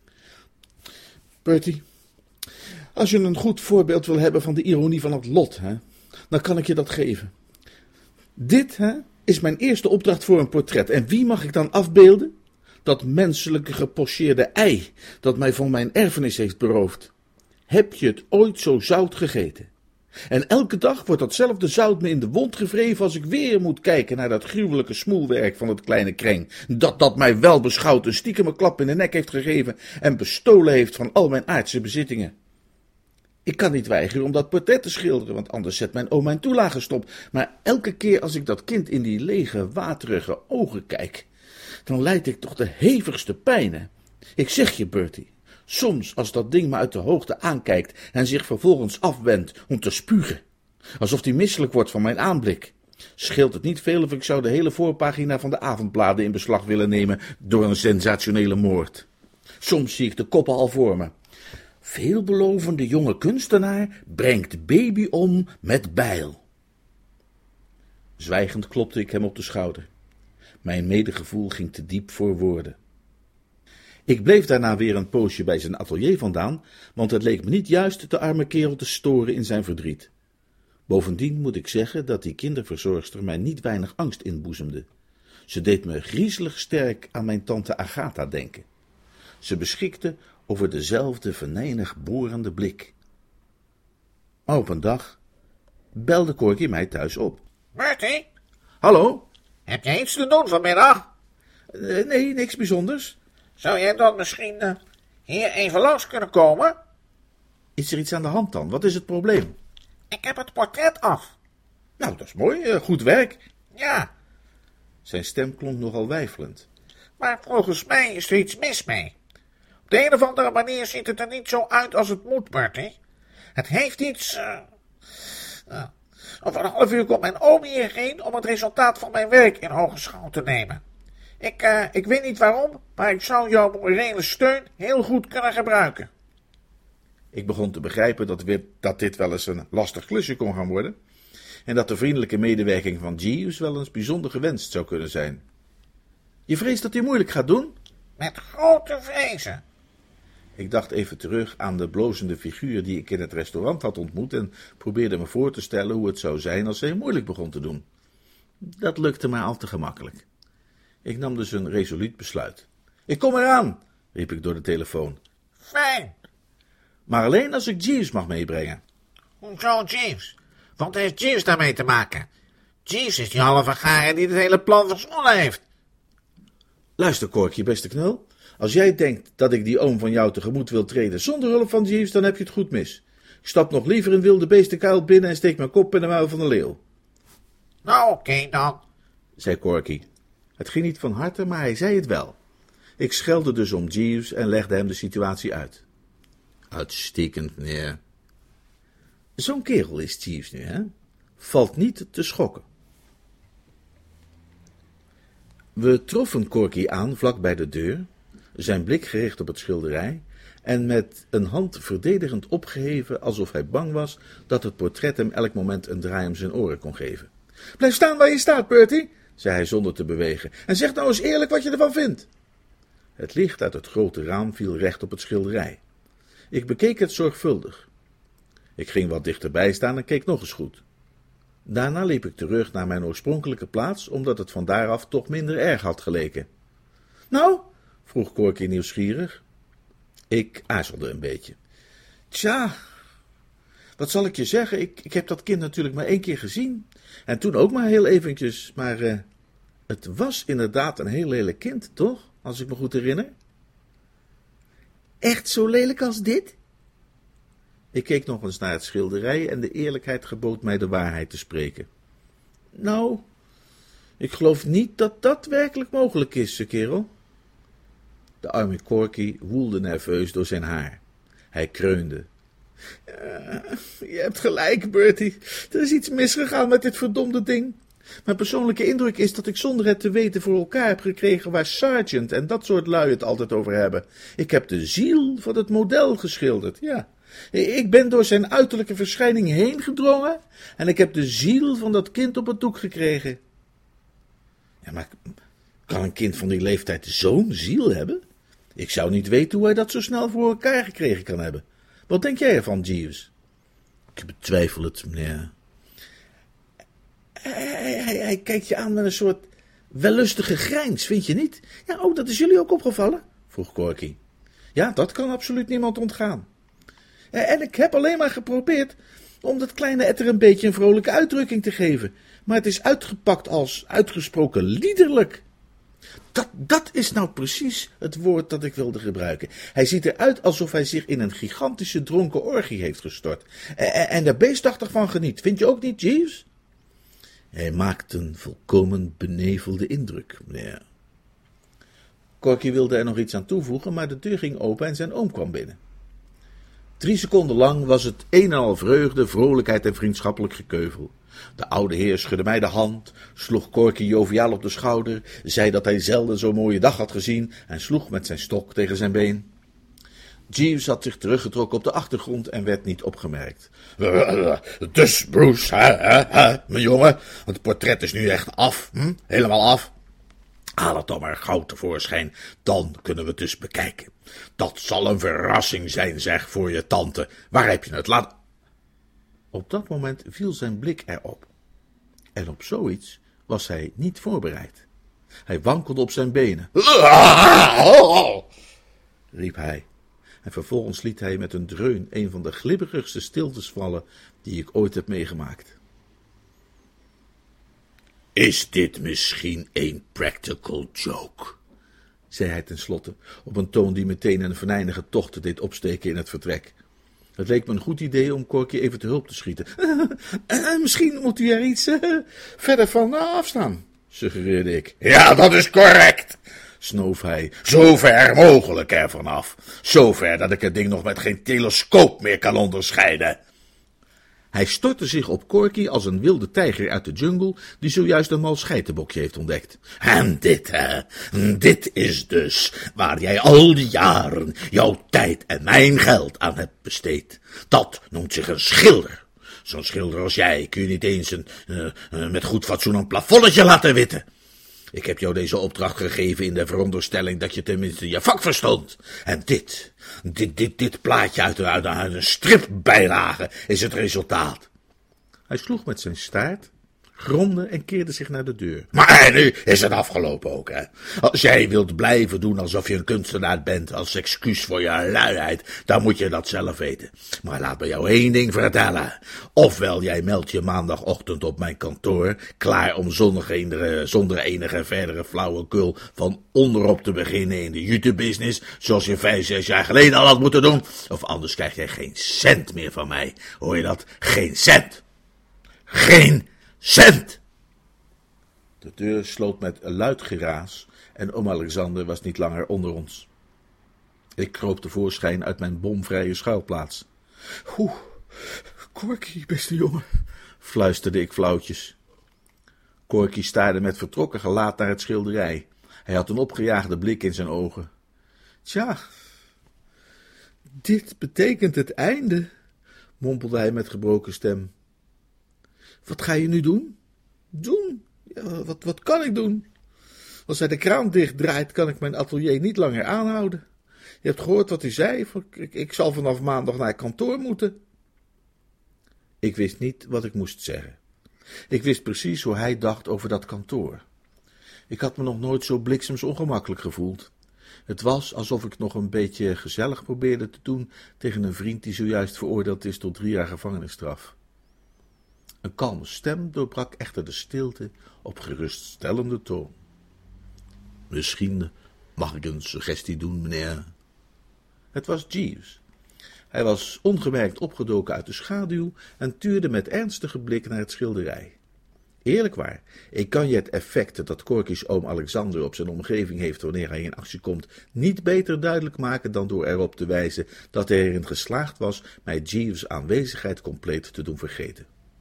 Bertie, als je een goed voorbeeld wil hebben van de ironie van het lot, dan kan ik je dat geven. Dit is mijn eerste opdracht voor een portret. En wie mag ik dan afbeelden? Dat menselijke gepocheerde ei dat mij van mijn erfenis heeft beroofd. Heb je het ooit zo zout gegeten? En elke dag wordt datzelfde zout me in de wond gewreven als ik weer moet kijken naar dat gruwelijke smoelwerk van het kleine kreng, dat mij wel beschouwd een stiekeme klap in de nek heeft gegeven en bestolen heeft van al mijn aardse bezittingen. Ik kan niet weigeren om dat portret te schilderen, want anders zet mijn oom mijn toelage stop. Maar elke keer als ik dat kind in die lege, waterige ogen kijk, dan lijd ik toch de hevigste pijnen. Ik zeg je, Bertie, soms als dat ding me uit de hoogte aankijkt en zich vervolgens afwendt om te spugen, alsof die misselijk wordt van mijn aanblik, scheelt het niet veel of ik zou de hele voorpagina van de avondbladen in beslag willen nemen door een sensationele moord. Soms zie ik de koppen al voor me. Veelbelovende jonge kunstenaar brengt baby om met bijl. Zwijgend klopte ik hem op de schouder. Mijn medegevoel ging te diep voor woorden. Ik bleef daarna weer een poosje bij zijn atelier vandaan, want het leek me niet juist de arme kerel te storen in zijn verdriet. Bovendien moet ik zeggen dat die kinderverzorgster mij niet weinig angst inboezemde. Ze deed me griezelig sterk aan mijn tante Agatha denken. Ze beschikte over dezelfde venijnig borende blik. Maar op een dag belde Corky mij thuis op. Bertie? Hallo? Heb jij iets te doen vanmiddag? Nee, niks bijzonders. Zou jij dan misschien hier even langs kunnen komen? Is er iets aan de hand dan? Wat is het probleem? Ik heb het portret af. Nou, dat is mooi. Goed werk. Ja, Zijn stem klonk nogal weifelend. maar volgens mij is er iets mis mee. Op de een of andere manier ziet het er niet zo uit als het moet, Bertie. Het heeft iets... Over een half uur komt mijn oom hierheen om het resultaat van mijn werk in ogenschouw te nemen. Ik weet niet waarom, maar ik zou jouw morele steun heel goed kunnen gebruiken. Ik begon te begrijpen dat dit wel eens een lastig klusje kon gaan worden en dat de vriendelijke medewerking van Jeeves wel eens bijzonder gewenst zou kunnen zijn. Je vreest dat hij moeilijk gaat doen? Met grote vrezen. Ik dacht even terug aan de blozende figuur die ik in het restaurant had ontmoet en probeerde me voor te stellen hoe het zou zijn als hij moeilijk begon te doen. Dat lukte maar al te gemakkelijk. Ik nam dus een resoluut besluit. Ik kom eraan, riep ik door de telefoon. Fijn. Maar alleen als ik Jeeves mag meebrengen. Hoezo Jeeves? Wat heeft Jeeves daarmee te maken? Jeeves is die halve garen die het hele plan verzonnen heeft. Luister, Corky, beste knul. Als jij denkt dat ik die oom van jou tegemoet wil treden zonder hulp van Jeeves, dan heb je het goed mis. Ik stap nog liever een wilde beestenkuil binnen en steek mijn kop in de muil van de leeuw. Nou, oké dan, Zei Corky. Het ging niet van harte, maar hij zei het wel. Ik schelde dus om Jeeves en legde hem de situatie uit. Uitstekend, meneer. Zo'n kerel is Jeeves nu, hè? Valt niet te schokken. We troffen Corky aan vlak bij de deur, zijn blik gericht op het schilderij en met een hand verdedigend opgeheven alsof hij bang was dat het portret hem elk moment een draai om zijn oren kon geven. Blijf staan waar je staat, Bertie, zei hij zonder te bewegen, en zeg nou eens eerlijk wat je ervan vindt. Het licht uit het grote raam viel recht op het schilderij. Ik bekeek het zorgvuldig. Ik ging wat dichterbij staan en keek nog eens goed. Daarna liep ik terug naar mijn oorspronkelijke plaats, omdat het van daaraf toch minder erg had geleken. Nou? Vroeg Corky nieuwsgierig. Ik aarzelde een beetje. Tja, wat zal ik je zeggen? Ik heb dat kind natuurlijk maar 1 keer gezien. En toen ook maar heel eventjes. Maar het was inderdaad een heel lelijk kind, toch? Als ik me goed herinner. Echt zo lelijk als dit? Ik keek nog eens naar het schilderij en de eerlijkheid gebood mij de waarheid te spreken. Nou, ik geloof niet dat dat werkelijk mogelijk is, kerel. De arme Corky woelde nerveus door zijn haar. Hij kreunde. Je hebt gelijk, Bertie. Er is iets misgegaan met dit verdomde ding. Mijn persoonlijke indruk is dat ik zonder het te weten voor elkaar heb gekregen waar Sargent en dat soort lui het altijd over hebben. Ik heb de ziel van het model geschilderd, ja. Ik ben door zijn uiterlijke verschijning heen gedrongen en ik heb de ziel van dat kind op het doek gekregen. Ja, maar kan een kind van die leeftijd zo'n ziel hebben? Ik zou niet weten hoe hij dat zo snel voor elkaar gekregen kan hebben. Wat denk jij ervan, Jeeves? Ik betwijfel het, meneer. Hij kijkt je aan met een soort wellustige grijns, vind je niet? Ja, oh, dat is jullie ook opgevallen? Vroeg Corky. Ja, dat kan absoluut niemand ontgaan. En ik heb alleen maar geprobeerd om dat kleine etter een beetje een vrolijke uitdrukking te geven. Maar het is uitgepakt als uitgesproken liederlijk. Dat is nou precies het woord dat ik wilde gebruiken. Hij ziet eruit alsof hij zich in een gigantische dronken orgie heeft gestort. En daar beestachtig van geniet. Vind je ook niet, Jeeves? Hij maakt een volkomen benevelde indruk, meneer. Corky wilde er nog iets aan toevoegen, maar de deur ging open en zijn oom kwam binnen. 3 seconden lang was het een en al vreugde, vrolijkheid en vriendschappelijk gekeuvel. De oude heer schudde mij de hand, sloeg Corky joviaal op de schouder, zei dat hij zelden zo'n mooie dag had gezien en sloeg met zijn stok tegen zijn been. Jeeves had zich teruggetrokken op de achtergrond en werd niet opgemerkt. Dus, Bruce, mijn jongen, het portret is nu echt af, helemaal af. Haal het dan maar gauw tevoorschijn, dan kunnen we het dus bekijken. Dat zal een verrassing zijn, zeg, voor je tante. Waar heb je het laten? Op dat moment viel zijn blik erop. En op zoiets was hij niet voorbereid. Hij wankelde op zijn benen. Riep hij. En vervolgens liet hij met een dreun een van de glibberigste stiltes vallen die ik ooit heb meegemaakt. Is dit misschien een practical joke? Zei hij tenslotte, op een toon die meteen een venijnige tocht deed opsteken in het vertrek. Het leek me een goed idee om Corky even te hulp te schieten. Misschien moet u er iets verder van afstaan, suggereerde ik. Ja, dat is correct, snoof hij. Zo ver mogelijk ervan af. Zo ver dat ik het ding nog met geen telescoop meer kan onderscheiden. Hij stortte zich op Corky als een wilde tijger uit de jungle die zojuist een mal scheitenbokje heeft ontdekt. En dit is dus waar jij al die jaren jouw tijd en mijn geld aan hebt besteed. Dat noemt zich een schilder. Zo'n schilder als jij kun je niet eens met goed fatsoen een plafonnetje laten witten. Ik heb jou deze opdracht gegeven in de veronderstelling dat je tenminste je vak verstond. En dit plaatje uit een stripbijlage is het resultaat. Hij sloeg met zijn staart, gromde en keerde zich naar de deur. Maar nu is het afgelopen ook, hè. Als jij wilt blijven doen alsof je een kunstenaar bent als excuus voor je luiheid, dan moet je dat zelf weten. Maar laat me jou 1 ding vertellen. Ofwel jij meldt je maandagochtend op mijn kantoor, klaar om zonder enige verdere flauwekul van onderop te beginnen in de jute-business, zoals je 5-6 jaar geleden al had moeten doen, of anders krijg jij geen cent meer van mij. Hoor je dat? Geen cent. Geen cent! De deur sloot met een luid geraas en oom Alexander was niet langer onder ons. Ik kroop tevoorschijn uit mijn bomvrije schuilplaats. Corky, beste jongen, fluisterde ik flauwtjes. Corky staarde met vertrokken gelaat naar het schilderij. Hij had een opgejaagde blik in zijn ogen. Tja, dit betekent het einde, mompelde hij met gebroken stem. Wat ga je nu doen? Doen? Ja, wat kan ik doen? Als hij de kraan dichtdraait, kan ik mijn atelier niet langer aanhouden. Je hebt gehoord wat hij zei. Ik zal vanaf maandag naar kantoor moeten. Ik wist niet wat ik moest zeggen. Ik wist precies hoe hij dacht over dat kantoor. Ik had me nog nooit zo bliksems ongemakkelijk gevoeld. Het was alsof ik nog een beetje gezellig probeerde te doen tegen een vriend die zojuist veroordeeld is tot 3 jaar gevangenisstraf. Een kalme stem doorbrak echter de stilte op geruststellende toon. Misschien mag ik een suggestie doen, meneer. Het was Jeeves. Hij was ongemerkt opgedoken uit de schaduw en tuurde met ernstige blik naar het schilderij. Eerlijk waar, ik kan je het effect dat Corky's oom Alexander op zijn omgeving heeft wanneer hij in actie komt, niet beter duidelijk maken dan door erop te wijzen dat hij erin geslaagd was mij Jeeves' aanwezigheid compleet te doen vergeten.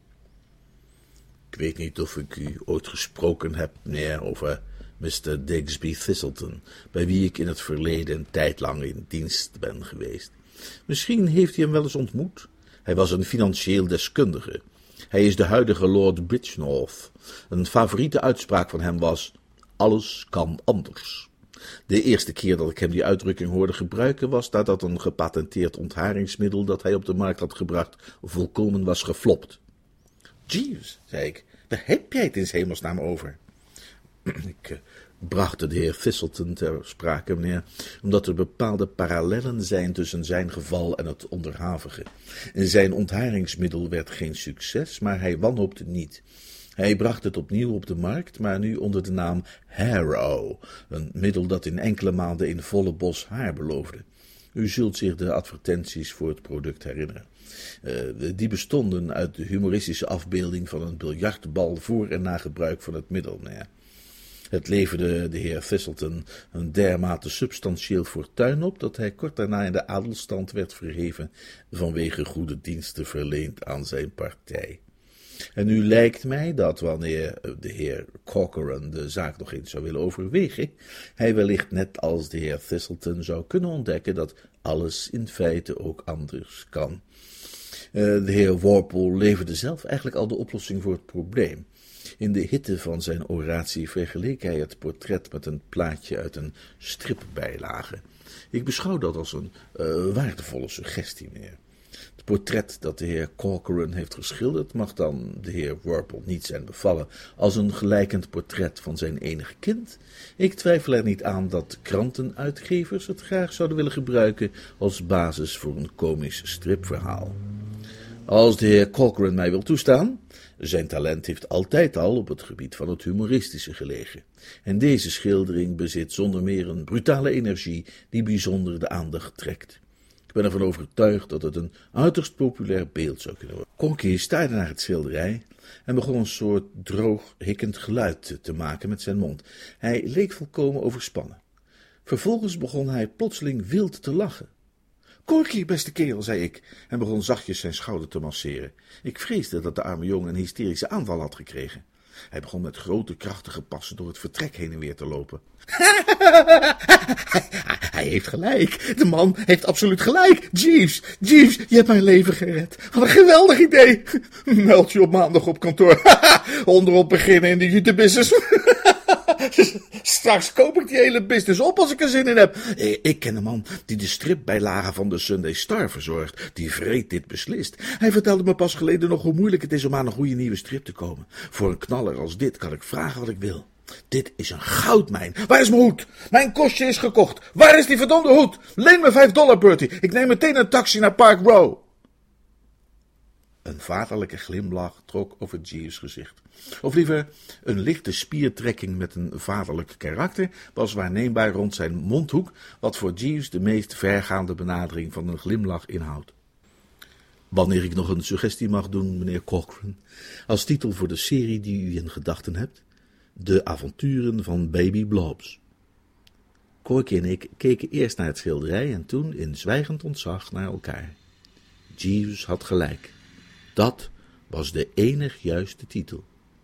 Ik weet niet of ik u ooit gesproken heb, meneer, over Mr. Digby Thistleton, bij wie ik in het verleden een tijd lang in dienst ben geweest. Misschien heeft u hem wel eens ontmoet. Hij was een financieel deskundige. Hij is de huidige Lord Bridgenorth. Een favoriete uitspraak van hem was: alles kan anders. De eerste keer dat ik hem die uitdrukking hoorde gebruiken was nadat een gepatenteerd ontharingsmiddel dat hij op de markt had gebracht volkomen was geflopt. Jeeves, zei ik, waar heb jij het in 's hemelsnaam over? Ik bracht de heer Thistleton ter sprake, meneer, omdat er bepaalde parallellen zijn tussen zijn geval en het onderhavige. Zijn ontharingsmiddel werd geen succes, maar hij wanhoopte niet. Hij bracht het opnieuw op de markt, maar nu onder de naam Harrow, een middel dat in enkele maanden in volle bos haar beloofde. U zult zich de advertenties voor het product herinneren. Die bestonden uit de humoristische afbeelding van een biljartbal voor en na gebruik van het middel, meneer. Het leverde de heer Thistleton een dermate substantieel fortuin op, dat hij kort daarna in de adelstand werd verheven vanwege goede diensten verleend aan zijn partij. En nu lijkt mij dat wanneer de heer Corcoran de zaak nog eens zou willen overwegen, hij wellicht net als de heer Thistleton zou kunnen ontdekken dat alles in feite ook anders kan. De heer Worple leverde zelf eigenlijk al de oplossing voor het probleem. In de hitte van zijn oratie vergeleek hij het portret met een plaatje uit een stripbijlage. Ik beschouw dat als een waardevolle suggestie, meneer. Het portret dat de heer Corcoran heeft geschilderd mag dan de heer Worple niet zijn bevallen als een gelijkend portret van zijn enige kind. Ik twijfel er niet aan dat krantenuitgevers het graag zouden willen gebruiken als basis voor een komisch stripverhaal. Als de heer Corcoran mij wil toestaan, zijn talent heeft altijd al op het gebied van het humoristische gelegen. En deze schildering bezit zonder meer een brutale energie die bijzonder de aandacht trekt. Ik ben ervan overtuigd dat het een uiterst populair beeld zou kunnen worden. Corky staarde naar het schilderij en begon een soort droog, hikkend geluid te maken met zijn mond. Hij leek volkomen overspannen. Vervolgens begon hij plotseling wild te lachen. Corky, beste kerel, zei ik, en begon zachtjes zijn schouder te masseren. Ik vreesde dat de arme jongen een hysterische aanval had gekregen. Hij begon met grote, krachtige passen door het vertrek heen en weer te lopen. Hij heeft gelijk. De man heeft absoluut gelijk. Jeeves, je hebt mijn leven gered. Wat een geweldig idee. Meld je op maandag op kantoor. Onderop beginnen in de jutebusiness. Straks koop ik die hele business op als ik er zin in heb. Ik ken een man die de stripbijlage van de Sunday Star verzorgt. Die vreed dit beslist. Hij vertelde me pas geleden nog hoe moeilijk het is om aan een goede nieuwe strip te komen. Voor een knaller als dit kan ik vragen wat ik wil. Dit is een goudmijn. Waar is mijn hoed? Mijn kostje is gekocht. Waar is die verdomde hoed? Leen me $5, Bertie. Ik neem meteen een taxi naar Park Row. Een vaderlijke glimlach trok over Jeeves' gezicht. Of liever, een lichte spiertrekking met een vaderlijk karakter was waarneembaar rond zijn mondhoek, wat voor Jeeves de meest vergaande benadering van een glimlach inhoudt. Wanneer ik nog een suggestie mag doen, meneer Corcoran, als titel voor de serie die u in gedachten hebt, De avonturen van Baby Blobs. Corky en ik keken eerst naar het schilderij en toen in zwijgend ontzag naar elkaar. Jeeves had gelijk. Dat was de enig juiste titel.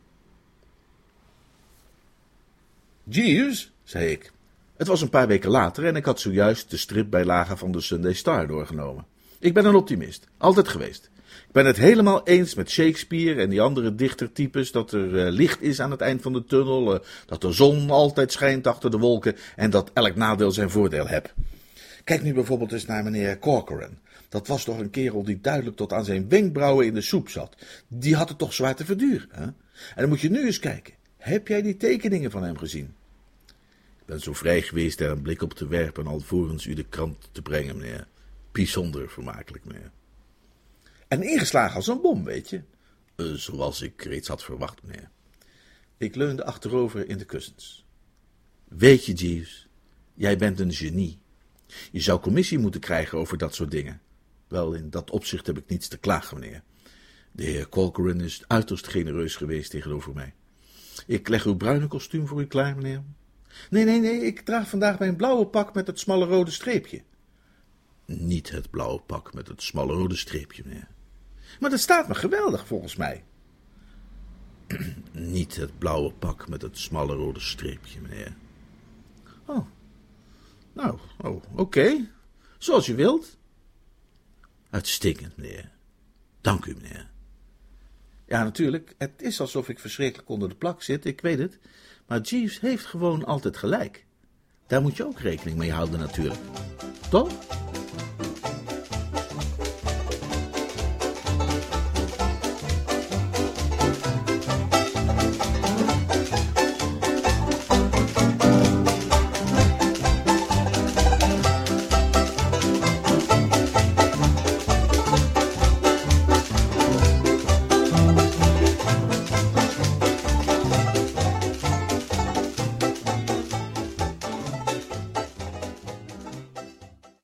Jeeves, zei ik. Het was een paar weken later en ik had zojuist de stripbijlage van de Sunday Star doorgenomen. Ik ben een optimist, altijd geweest. Ik ben het helemaal eens met Shakespeare en die andere dichtertypes dat er licht is aan het eind van de tunnel, dat de zon altijd schijnt achter de wolken en dat elk nadeel zijn voordeel heeft. Kijk nu bijvoorbeeld eens naar meneer Corcoran. Dat was toch een kerel die duidelijk tot aan zijn wenkbrauwen in de soep zat. Die had het toch zwaar te verduren, hè? En dan moet je nu eens kijken. Heb jij die tekeningen van hem gezien? Ik ben zo vrij geweest daar een blik op te werpen alvorens u de krant te brengen, meneer. Bijzonder vermakelijk, meneer. En ingeslagen als een bom, weet je. Zoals ik reeds had verwacht, meneer. Ik leunde achterover in de kussens. Weet je, Jeeves, jij bent een genie. Je zou commissie moeten krijgen over dat soort dingen. Wel, in dat opzicht heb ik niets te klagen, meneer. De heer Corcoran is uiterst genereus geweest tegenover mij. Ik leg uw bruine kostuum voor u klaar, meneer. Nee, ik draag vandaag mijn blauwe pak met het smalle rode streepje. Niet het blauwe pak met het smalle rode streepje, meneer. Maar dat staat me geweldig, volgens mij. Niet het blauwe pak met het smalle rode streepje, meneer. Oh, nou, oké. Zoals u wilt. Uitstekend, meneer. Dank u, meneer. Ja, natuurlijk, het is alsof ik verschrikkelijk onder de plak zit, ik weet het. Maar Jeeves heeft gewoon altijd gelijk. Daar moet je ook rekening mee houden, natuurlijk. Toch?